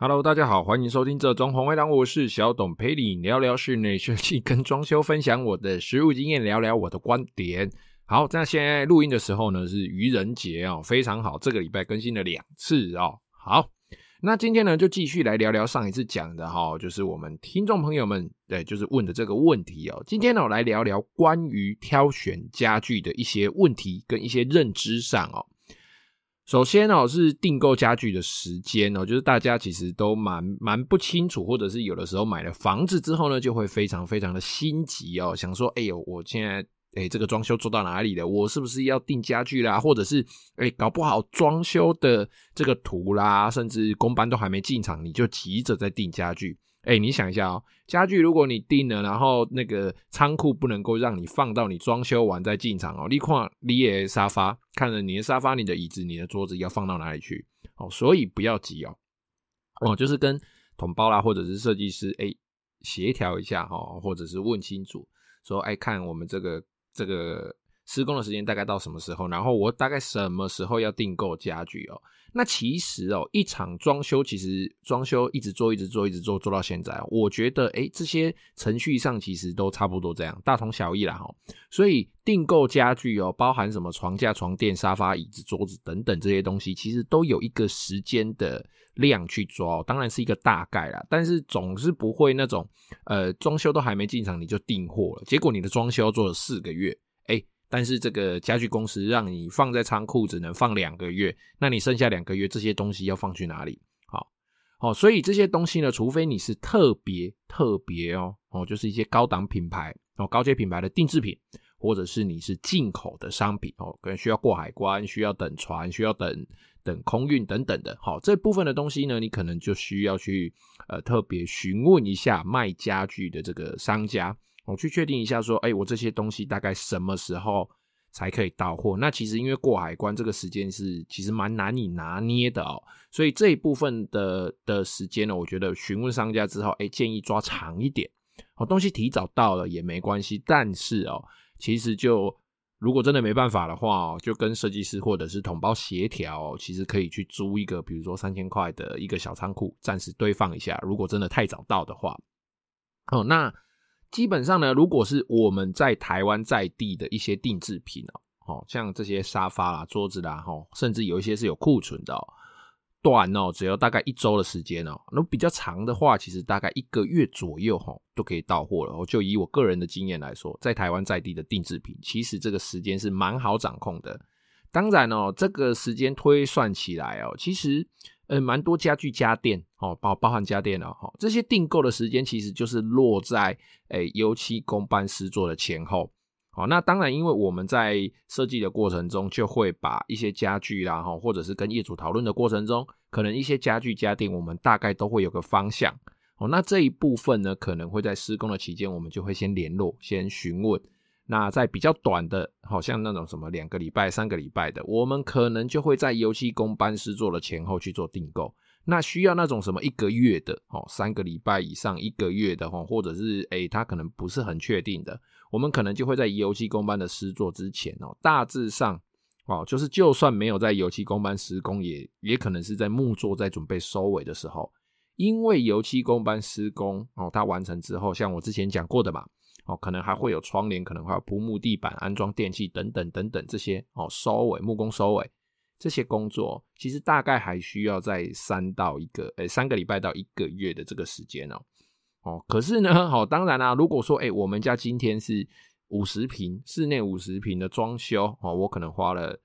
Hello， 大家好，欢迎收听这装潢微档，我是小董，陪你聊聊室内设计跟装修，分享我的实务经验，聊聊我的观点。好，那现在录音的时候呢是愚人节哦，非常好，这个礼拜更新了2次哦。好，那今天呢就继续来聊聊上一次讲的哈，就是我们听众朋友们就是问的这个问题哦。今天呢我来聊聊关于挑选家具的一些问题跟一些认知上哦。首先是订购家具的时间就是大家其实都蛮不清楚，或者是有的时候买了房子之后呢就会非常非常的心急想说我现在这个装修做到哪里了，我是不是要订家具啦，或者是搞不好装修的这个图啦，甚至工班都还没进场你就急着在订家具。你想一下家具如果你订了，然后那个仓库不能够让你放到你装修完再进场你看你的沙发，看了你的沙发、你的椅子、你的桌子要放到哪里去所以不要急就是跟统包啦或者是设计师协调一下或者是问清楚说看我们这个施工的时间大概到什么时候，然后我大概什么时候要订购家具那其实一场装修，其实装修一直做到现在我觉得这些程序上其实都差不多这样，大同小异啦所以订购家具包含什么床架、床垫、沙发、椅子、桌子等等这些东西，其实都有一个时间的量去抓当然是一个大概啦，但是总是不会那种装修都还没进场你就订货了，结果你的装修做了4个月但是这个家具公司让你放在仓库只能放2个月，那你剩下2个月这些东西要放去哪里？好，所以这些东西呢，除非你是特别就是一些高档品牌高阶品牌的定制品，或者是你是进口的商品可能需要过海关，需要等船，需要等空运等等的这部分的东西呢，你可能就需要去特别询问一下卖家具的这个商家我去确定一下说我这些东西大概什么时候才可以到货。那其实因为过海关这个时间是其实蛮难以拿捏的所以这一部分的时间呢，我觉得询问商家之后建议抓长一点东西提早到了也没关系，但是其实就如果真的没办法的话就跟设计师或者是统包协调其实可以去租一个比如说3000块的一个小仓库暂时堆放一下，如果真的太早到的话那基本上呢，如果是我们在台湾在地的一些定制品像这些沙发啦、桌子啦甚至有一些是有库存的短只要大概1周的时间那比较长的话其实大概1个月左右都可以到货了就以我个人的经验来说，在台湾在地的定制品其实这个时间是蛮好掌控的。当然这个时间推算起来其实蛮多家具家电包含家电这些订购的时间其实就是落在油漆工班施作的前后那当然因为我们在设计的过程中就会把一些家具啦或者是跟业主讨论的过程中，可能一些家具家电我们大概都会有个方向那这一部分呢可能会在施工的期间我们就会先联络先询问。那在比较短的好像那种什么2个礼拜3个礼拜的，我们可能就会在油漆工班施作的前后去做订购。那需要那种什么1个月的3个礼拜以上1个月的或者是它可能不是很确定的，我们可能就会在油漆工班的施作之前大致上就是就算没有在油漆工班施工也可能是在木作在准备收尾的时候，因为油漆工班施工它完成之后，像我之前讲过的嘛可能还会有窗帘，可能还有铺木地板、安装电器等等等等这些收尾木工收尾这些工作，其实大概还需要在3个礼拜到1个月的这个时间可是呢当然啦，如果说我们家今天是50坪室内50坪的装修我可能花了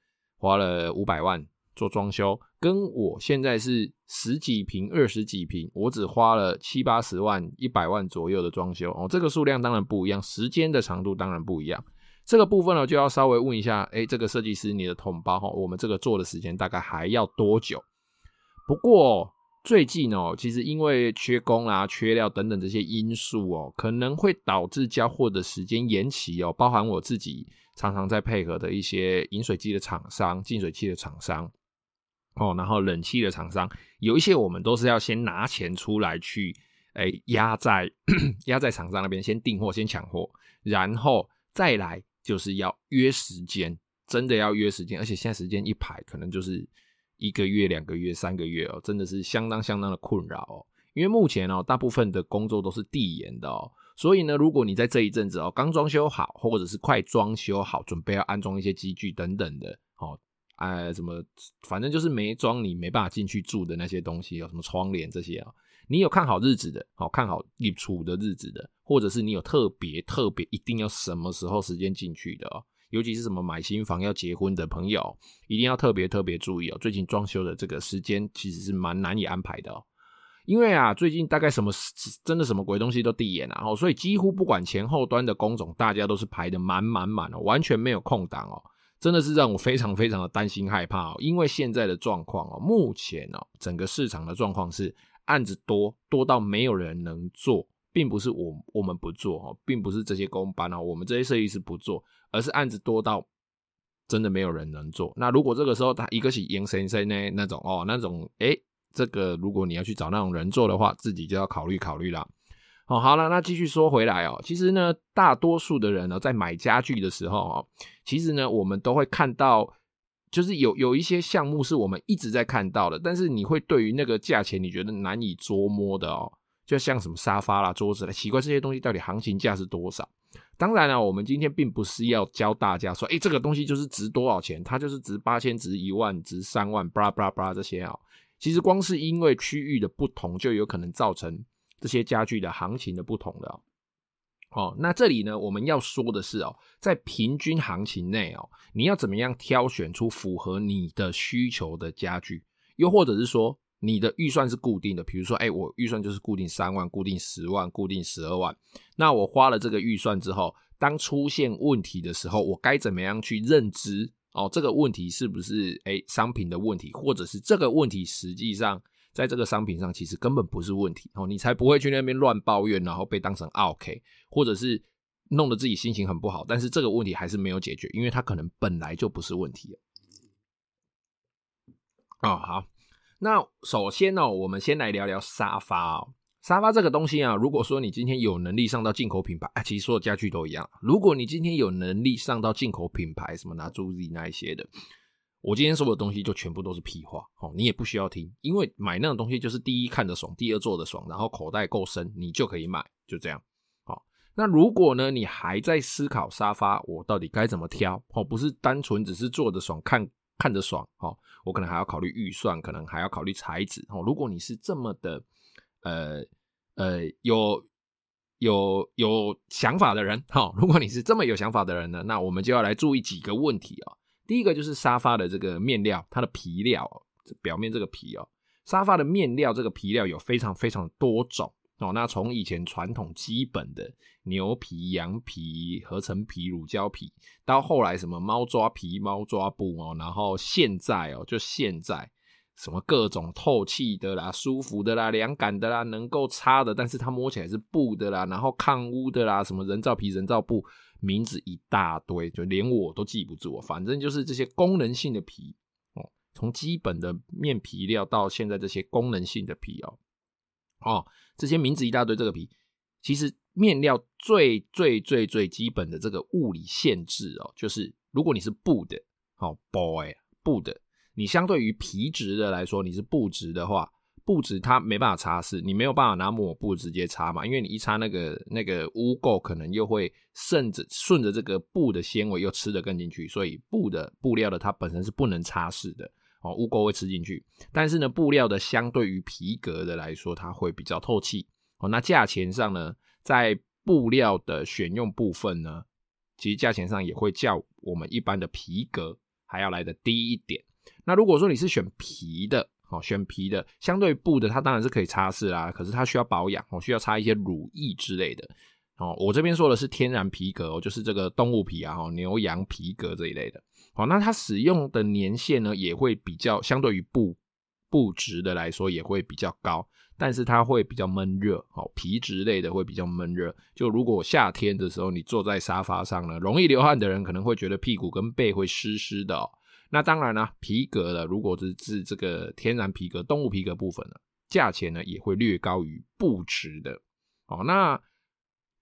500万做装修，跟我现在是10几坪20几坪我只花了70-80万100万左右的装修这个数量当然不一样，时间的长度当然不一样。这个部分呢就要稍微问一下这个设计师你的统包我们这个做的时间大概还要多久。不过最近其实因为缺工啦、缺料等等这些因素可能会导致交货的时间延期包含我自己常常在配合的一些饮水机的厂商、净水器的厂商然后冷气的厂商，有一些我们都是要先拿钱出来去压在厂商那边先订货先抢货，然后再来就是要约时间，真的要约时间，而且现在时间一排可能就是 1个月、2个月、3个月哦，真的是相当的困扰哦。因为目前哦，大部分的工作都是递延的哦，所以呢，如果你在这一阵子哦刚装修好，或者是快装修好，准备要安装一些机具等等的哦，什么反正就是没装你没办法进去住的那些东西，有什么窗帘这些哦，你有看好日子的，看好入厝的日子的，或者是你有特别一定要什么时候时间进去的哦。尤其是什么买新房要结婚的朋友，一定要特别注意哦。最近装修的这个时间其实是蛮难以安排的哦，因为啊，最近大概真的什么鬼东西都递延啊，所以几乎不管前后端的工种，大家都是排得满哦，完全没有空档哦，真的是让我非常的担心害怕哦。因为现在的状况哦，目前哦，整个市场的状况是案子多到没有人能做。并不是我们不做，并不是这些工班我们这些设计师不做，而是案子多到真的没有人能做。那如果这个时候他一个是严先生呢那种这个如果你要去找那种人做的话，自己就要考虑啦。好了，那继续说回来其实呢，大多数的人在买家具的时候其实呢，我们都会看到，就是有一些项目是我们一直在看到的，但是你会对于那个价钱你觉得难以捉摸的就像什么沙发啦、桌子啦，奇怪这些东西到底行情价是多少？当然我们今天并不是要教大家说，这个东西就是值多少钱，它就是值8000、值1万、值3万 blah blah blah 这些其实光是因为区域的不同，就有可能造成这些家具的行情的不同的那这里呢，我们要说的是在平均行情内你要怎么样挑选出符合你的需求的家具，又或者是说你的预算是固定的，比如说我预算就是固定3万、固定10万、固定12万，那我花了这个预算之后，当出现问题的时候，我该怎么样去认知这个问题是不是商品的问题，或者是这个问题实际上在这个商品上其实根本不是问题你才不会去那边乱抱怨，然后被当成 OK， 或者是弄得自己心情很不好，但是这个问题还是没有解决，因为它可能本来就不是问题好，那首先我们先来聊聊沙发沙发这个东西如果说你今天有能力上到进口品牌其实所有家具都一样，如果你今天有能力上到进口品牌，什么拿珠子那一些的，我今天说的东西就全部都是屁话你也不需要听，因为买那种东西就是第一看得爽，第二做得爽，然后口袋够深，你就可以买，就这样那如果呢你还在思考沙发我到底该怎么挑不是单纯只是坐得爽看着爽我可能还要考虑预算，可能还要考虑材质如果你是这么的有想法的人如果你是这么有想法的人呢，那我们就要来注意几个问题第一个就是沙发的这个面料，它的皮料表面这个皮沙发的面料这个皮料有非常多种那从以前传统基本的牛皮、羊皮、合成皮、乳胶皮，到后来什么猫抓皮、猫抓布然后现在什么各种透气的啦、舒服的啦、凉感的啦、能够擦的但是它摸起来是布的啦，然后抗污的啦，什么人造皮、人造布，名字一大堆，就连我都记不住反正就是这些功能性的皮从基本的面皮料到现在这些功能性的皮这些名字一大堆，这个皮其实面料最基本的这个物理限制就是如果你是布的布的，你相对于皮质的来说，你是布质的话，布质它没办法擦拭，你没有办法拿抹布直接擦嘛，因为你一擦那个污垢可能又会顺着这个布的纤维又吃得更进去，所以布料的它本身是不能擦拭的污垢会吃进去，但是呢布料的相对于皮革的来说它会比较透气那价钱上呢，在布料的选用部分呢，其实价钱上也会较我们一般的皮革还要来得低一点。那如果说你是选皮的相对布的它当然是可以擦拭啦，可是它需要保养需要擦一些乳液之类的我这边说的是天然皮革就是这个动物皮牛羊皮革这一类的那它使用的年限呢也会比较相对于布质的来说也会比较高，但是它会比较闷热皮质类的会比较闷热，就如果夏天的时候你坐在沙发上呢，容易流汗的人可能会觉得屁股跟背会湿的那当然啦，皮革的如果是这个天然皮革动物皮革部分呢，价钱呢也会略高于布质的那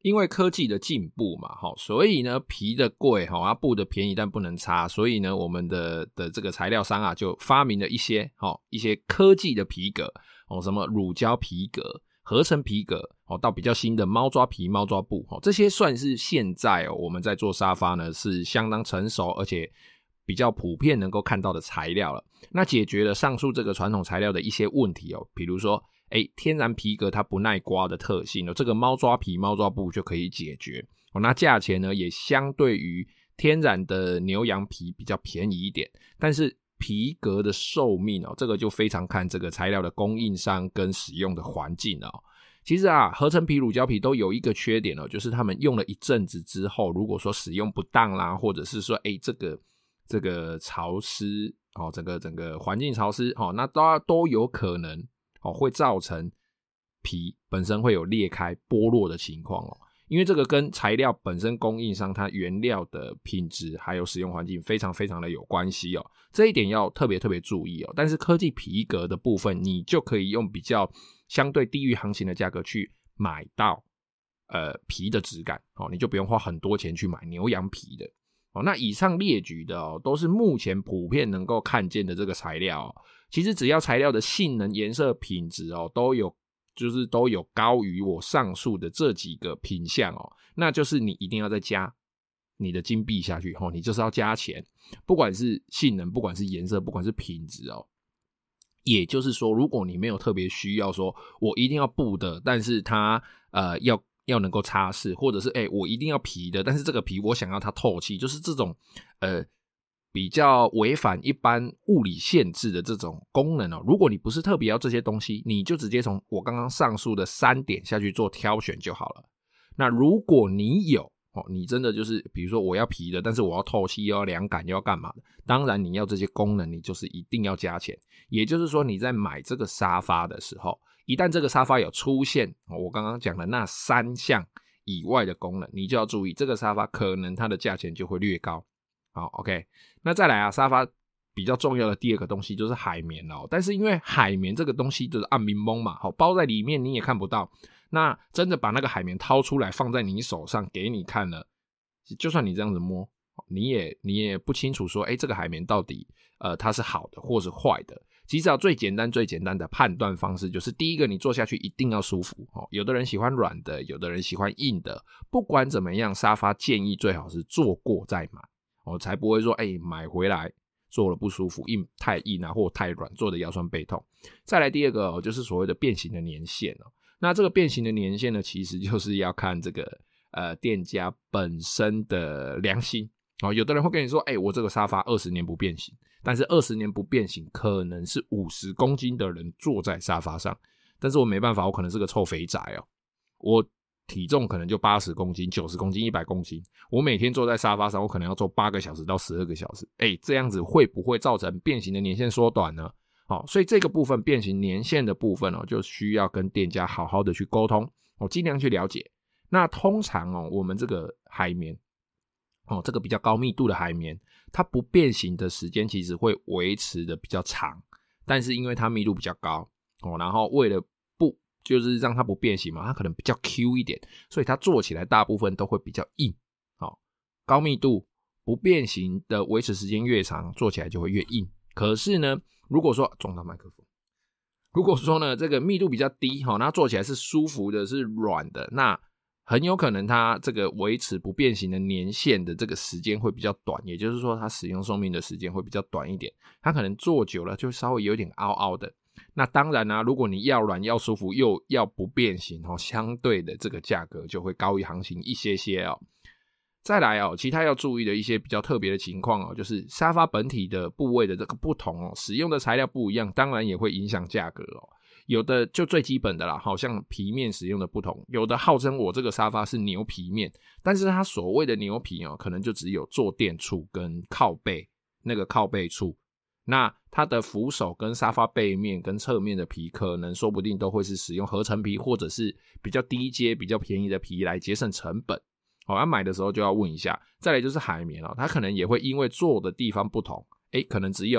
因为科技的进步嘛，所以呢皮的贵，布的便宜但不能差，所以呢我们的这个材料商啊就发明了一些科技的皮革，什么乳胶皮革、合成皮革，到比较新的猫抓皮、猫抓布，这些算是现在我们在做沙发呢是相当成熟而且比较普遍能够看到的材料了。那解决了上述这个传统材料的一些问题比如说天然皮革它不耐刮的特性这个猫抓皮、猫抓布就可以解决那价钱呢也相对于天然的牛羊皮比较便宜一点，但是皮革的寿命这个就非常看这个材料的供应商跟使用的环境其实合成皮、乳胶皮都有一个缺点就是他们用了一阵子之后，如果说使用不当啦，或者是说这个潮湿整个环境潮湿那都有可能会造成皮本身会有裂开剥落的情况因为这个跟材料本身供应商它原料的品质还有使用环境非常非常的有关系这一点要特别注意但是科技皮革的部分你就可以用比较相对低于行情的价格去买到皮的质感你就不用花很多钱去买牛羊皮的那以上列举的都是目前普遍能够看见的这个材料其实只要材料的性能、颜色、品质都有高于我上述的这几个品项那就是你一定要再加你的金币下去你就是要加钱，不管是性能、不管是颜色、不管是品质也就是说如果你没有特别需要说我一定要布的，但是它要能够擦拭，或者是我一定要皮的，但是这个皮我想要它透气，就是这种比较违反一般物理限制的这种功能如果你不是特别要这些东西，你就直接从我刚刚上述的3点下去做挑选就好了。那如果你有你真的就是比如说我要皮的，但是我要透气又要凉感又要干嘛的，当然你要这些功能你就是一定要加钱。也就是说你在买这个沙发的时候，一旦这个沙发有出现我刚刚讲的那3项以外的功能，你就要注意这个沙发可能它的价钱就会略高。好 OK， 那再来沙发比较重要的第二个东西就是海绵但是因为海绵这个东西就是暗明蒙嘛包在里面你也看不到，那真的把那个海绵掏出来放在你手上给你看了，就算你这样子摸你也不清楚说这个海绵到底它是好的或是坏的。其实最简单的判断方式就是第一个，你坐下去一定要舒服有的人喜欢软的，有的人喜欢硬的，不管怎么样沙发建议最好是坐过再买才不会说买回来坐了不舒服，太硬或太软，坐的腰酸背痛。再来第二个就是所谓的变形的年限那这个变形的年限呢，其实就是要看这个店家本身的良心有的人会跟你说我这个沙发20年不变形，但是20年不变形可能是50公斤的人坐在沙发上，但是我没办法，我可能是个臭肥宅我体重可能就80公斤、90公斤、100公斤，我每天坐在沙发上我可能要坐8个小时到12个小时这样子会不会造成变形的年限缩短呢？所以这个部分变形年限的部分就需要跟店家好好的去沟通尽量去了解。那通常我们这个海绵这个比较高密度的海绵，它不变形的时间其实会维持的比较长，但是因为它密度比较高然后为了就是让它不变形嘛，它可能比较 Q 一点，所以它做起来大部分都会比较硬高密度不变形的维持时间越长，做起来就会越硬。可是呢如果说撞到麦克风，如果说呢这个密度比较低那做起来是舒服的，是软的，那很有可能它这个维持不变形的年限的这个时间会比较短，也就是说它使用寿命的时间会比较短一点，它可能做久了就稍微有点凹凹的。那当然如果你要软要舒服又要不变形相对的这个价格就会高于行情一些些再来其他要注意的一些比较特别的情况就是沙发本体的部位的这个不同使用的材料不一样，当然也会影响价格有的就最基本的啦，好像皮面使用的不同，有的号称我这个沙发是牛皮面，但是它所谓的牛皮可能就只有坐垫处跟靠背那个靠背处，那它的扶手跟沙发背面跟侧面的皮可能说不定都会是使用合成皮或者是比较低阶比较便宜的皮来节省成本要买的时候就要问一下。再来就是海绵它可能也会因为坐的地方不同可能只有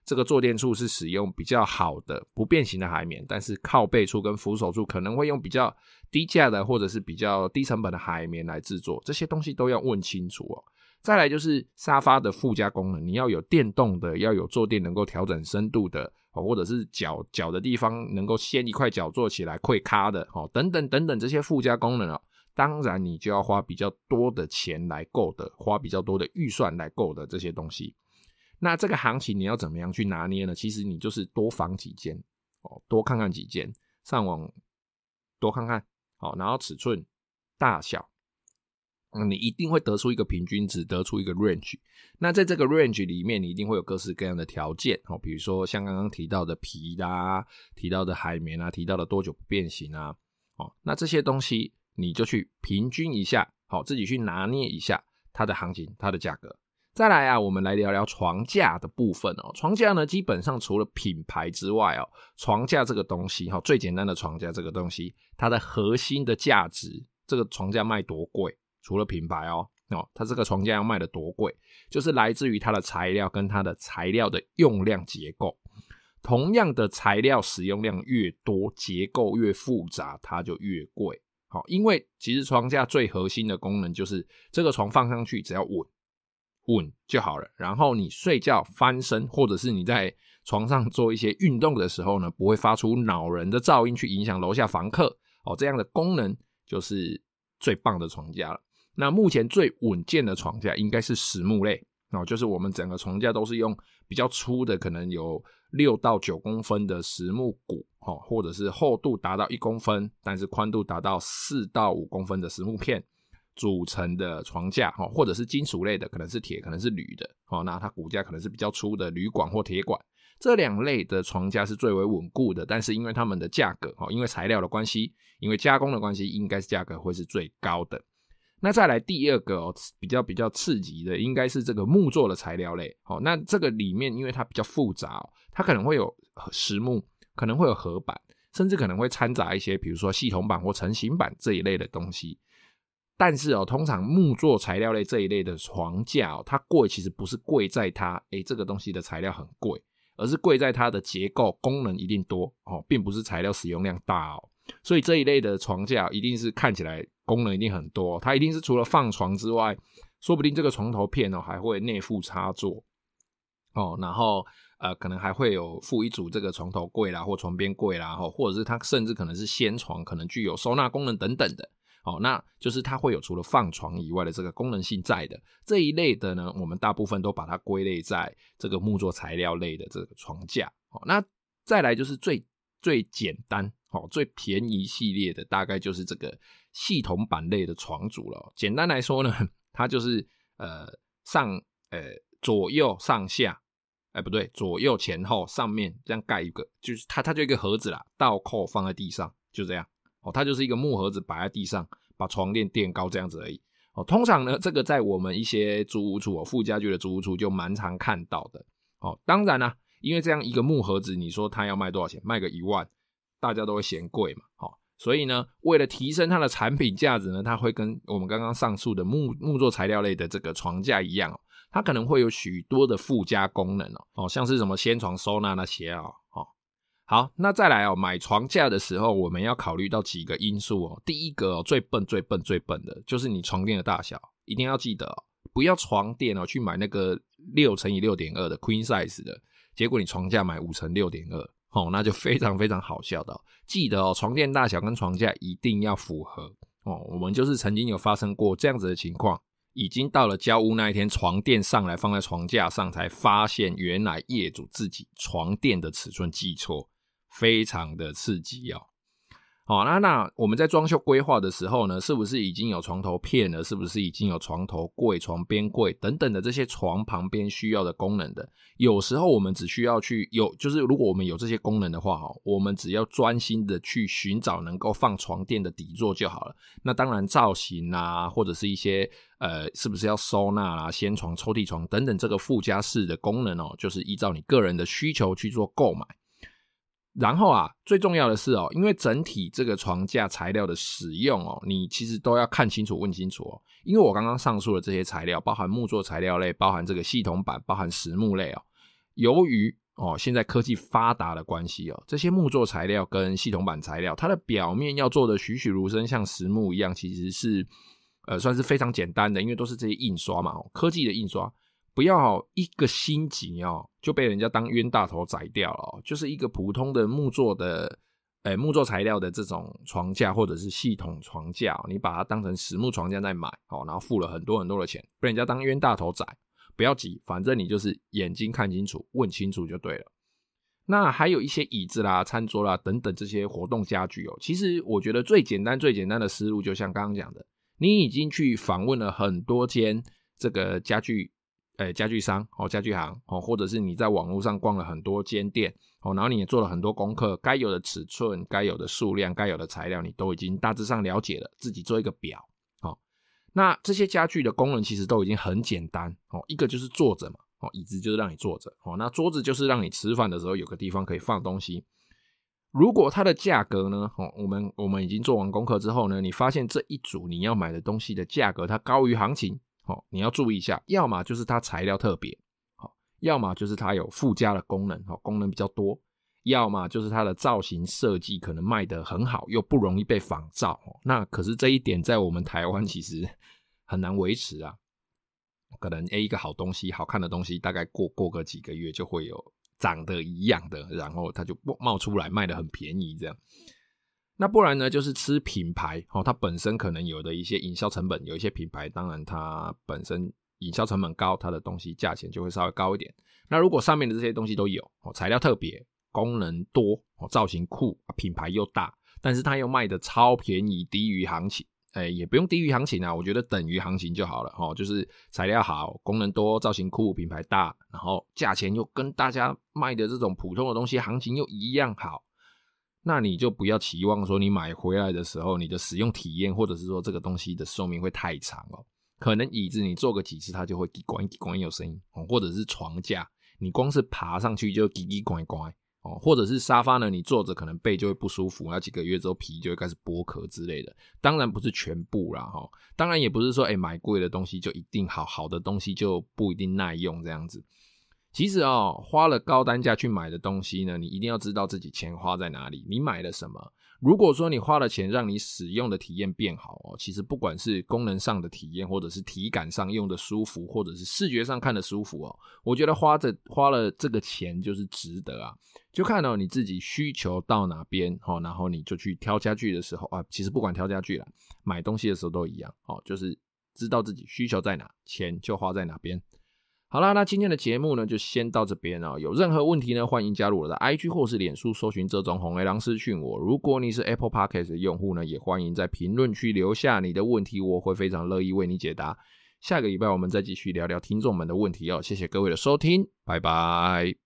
这个坐垫处是使用比较好的不变形的海绵，但是靠背处跟扶手处可能会用比较低价的或者是比较低成本的海绵来制作，这些东西都要问清楚哦。再来就是沙发的附加功能，你要有电动的，要有坐垫能够调整深度的，或者是脚的地方能够掀一块脚坐起来溃咖的，等等等等这些附加功能哦，当然你就要花比较多的钱来购的，花比较多的预算来购的这些东西。那这个行情你要怎么样去拿捏呢？其实你就是多仿几件，多看看几件，上网多看看，然后尺寸大小，你一定会得出一个平均值，得出一个 range。那在这个 range 里面，你一定会有各式各样的条件，比如说像刚刚提到的皮啦，提到的海绵啊，提到的多久不变形啊，那这些东西你就去平均一下，自己去拿捏一下它的行情，它的价格。再来啊，我们来聊聊床架的部分哦。床架呢，基本上除了品牌之外哦，床架这个东西最简单的床架这个东西，它的核心的价值，这个床架卖多贵？除了品牌它这个床架要卖的多贵，就是来自于它的材料跟它的材料的用量结构。同样的材料使用量越多，结构越复杂，它就越贵。因为其实床架最核心的功能就是这个床放上去只要稳就好了，然后你睡觉翻身或者是你在床上做一些运动的时候呢，不会发出恼人的噪音去影响楼下房客这样的功能就是最棒的床架了。那目前最稳健的床架应该是实木类就是我们整个床架都是用比较粗的，可能有6到9公分的实木骨或者是厚度达到1公分，但是宽度达到4到5公分的实木片组成的床架，或者是金属类的，可能是铁，可能是铝的，那它骨架可能是比较粗的铝管或铁管。这两类的床架是最为稳固的，但是因为它们的价格，因为材料的关系，因为加工的关系，应该是价格会是最高的。那再来第二个比较刺激的，应该是这个木做的材料类。那这个里面因为它比较复杂，它可能会有实木，可能会有合板，甚至可能会掺杂一些比如说系统板或成型板这一类的东西。但是通常木作材料类这一类的床架它贵其实不是贵在它这个东西的材料很贵，而是贵在它的结构功能一定多并不是材料使用量大所以这一类的床架一定是看起来功能一定很多，它一定是除了放床之外，说不定这个床头片还会内附插座然后可能还会有附一组这个床头柜啦或床边柜啦或者是它甚至可能是掀床，可能具有收纳功能等等的那就是它会有除了放床以外的这个功能性在的。这一类的呢，我们大部分都把它归类在这个木作材料类的这个床架那再来就是最简单最便宜系列的，大概就是这个系统板类的床组了简单来说呢，它就是左右上下不对，左右前后上面这样盖一个，就是它就一个盒子啦，倒扣放在地上，就这样它就是一个木盒子摆在地上，把床垫垫高这样子而已通常呢，这个在我们一些租屋处附家具的租屋处就蛮常看到的当然啦因为这样一个木盒子，你说它要卖多少钱？卖个1万，大家都会嫌贵嘛所以呢，为了提升它的产品价值呢，它会跟我们刚刚上述的木作材料类的这个床架一样它可能会有许多的附加功能像是什么掀床收纳那些好，那再来买床架的时候，我们要考虑到几个因素第一个最笨的就是你床垫的大小，一定要记得不要床垫去买那个6×6.2的 Queen Size 的，结果你床架买5×6.2那就非常非常好笑的记得床垫大小跟床架一定要符合我们就是曾经有发生过这样子的情况，已经到了交屋那一天，床垫上来放在床架上，才发现原来业主自己床垫的尺寸记错，非常的刺激那我们在装修规划的时候呢，是不是已经有床头片了？是不是已经有床头柜、床边柜等等的这些床旁边需要的功能的？有时候我们只需要就是如果我们有这些功能的话我们只要专心的去寻找能够放床垫的底座就好了。那当然造型啊，或者是一些是不是要收纳啦、掀床、抽屉床等等这个附加式的功能就是依照你个人的需求去做购买。然后最重要的是因为整体这个床架材料的使用你其实都要看清楚问清楚因为我刚刚上述的这些材料包含木作材料类，包含这个系统板，包含实木类由于现在科技发达的关系这些木作材料跟系统板材料，它的表面要做的栩栩如生，像实木一样，其实是算是非常简单的，因为都是这些印刷嘛，科技的印刷。不要一个星级就被人家当冤大头宰掉了就是一个普通的木作材料的这种床架或者是系统床架你把它当成实木床架在买然后付了很多很多的钱，被人家当冤大头宰。不要急，反正你就是眼睛看清楚，问清楚就对了。那还有一些椅子啦、餐桌啦等等这些活动家具其实我觉得最简单的思路，就像刚刚讲的，你已经去访问了很多间这个家具商家具行或者是你在网络上逛了很多间店然后你也做了很多功课，该有的尺寸、该有的数量、该有的材料你都已经大致上了解了，自己做一个表那这些家具的功能其实都已经很简单一个就是坐着嘛椅子就是让你坐着那桌子就是让你吃饭的时候有个地方可以放东西。如果它的价格呢我们已经做完功课之后呢，你发现这一组你要买的东西的价格它高于行情你要注意一下，要么就是它材料特别要么就是它有附加的功能功能比较多，要么就是它的造型设计可能卖得很好又不容易被仿造那可是这一点在我们台湾其实很难维持啊。可能一个好东西好看的东西大概过个几个月就会有长得一样的，然后它就冒出来卖得很便宜这样。那不然呢就是吃品牌它本身可能有的一些营销成本，有一些品牌当然它本身营销成本高，它的东西价钱就会稍微高一点。那如果上面的这些东西都有材料特别、功能多、造型酷、品牌又大，但是它又卖得超便宜，低于行情也不用低于行情啊，我觉得等于行情就好了就是材料好、功能多、造型酷、品牌大，然后价钱又跟大家卖的这种普通的东西行情又一样好，那你就不要期望说你买回来的时候你的使用体验或者是说这个东西的寿命会太长可能椅子你坐个几次它就会叽呱叽呱有声音或者是床架你光是爬上去就叽叽呱呱或者是沙发呢，你坐着可能背就会不舒服，那几个月之后皮就会开始剥壳之类的。当然不是全部啦当然也不是说买贵的东西就一定好，好的东西就不一定耐用这样子。其实花了高单价去买的东西呢，你一定要知道自己钱花在哪里，你买了什么。如果说你花了钱让你使用的体验变好其实不管是功能上的体验，或者是体感上用的舒服，或者是视觉上看的舒服我觉得花了这个钱就是值得啊。就看你自己需求到哪边然后你就去挑家具的时候其实不管挑家具啦，买东西的时候都一样就是知道自己需求在哪，钱就花在哪边。好啦，那今天的节目呢就先到这边有任何问题呢，欢迎加入我的 IG 或是脸书搜寻这种红黑狼私讯我。如果你是 Apple Podcast 的用户呢，也欢迎在评论区留下你的问题，我会非常乐意为你解答。下个礼拜我们再继续聊聊听众们的问题谢谢各位的收听，拜拜。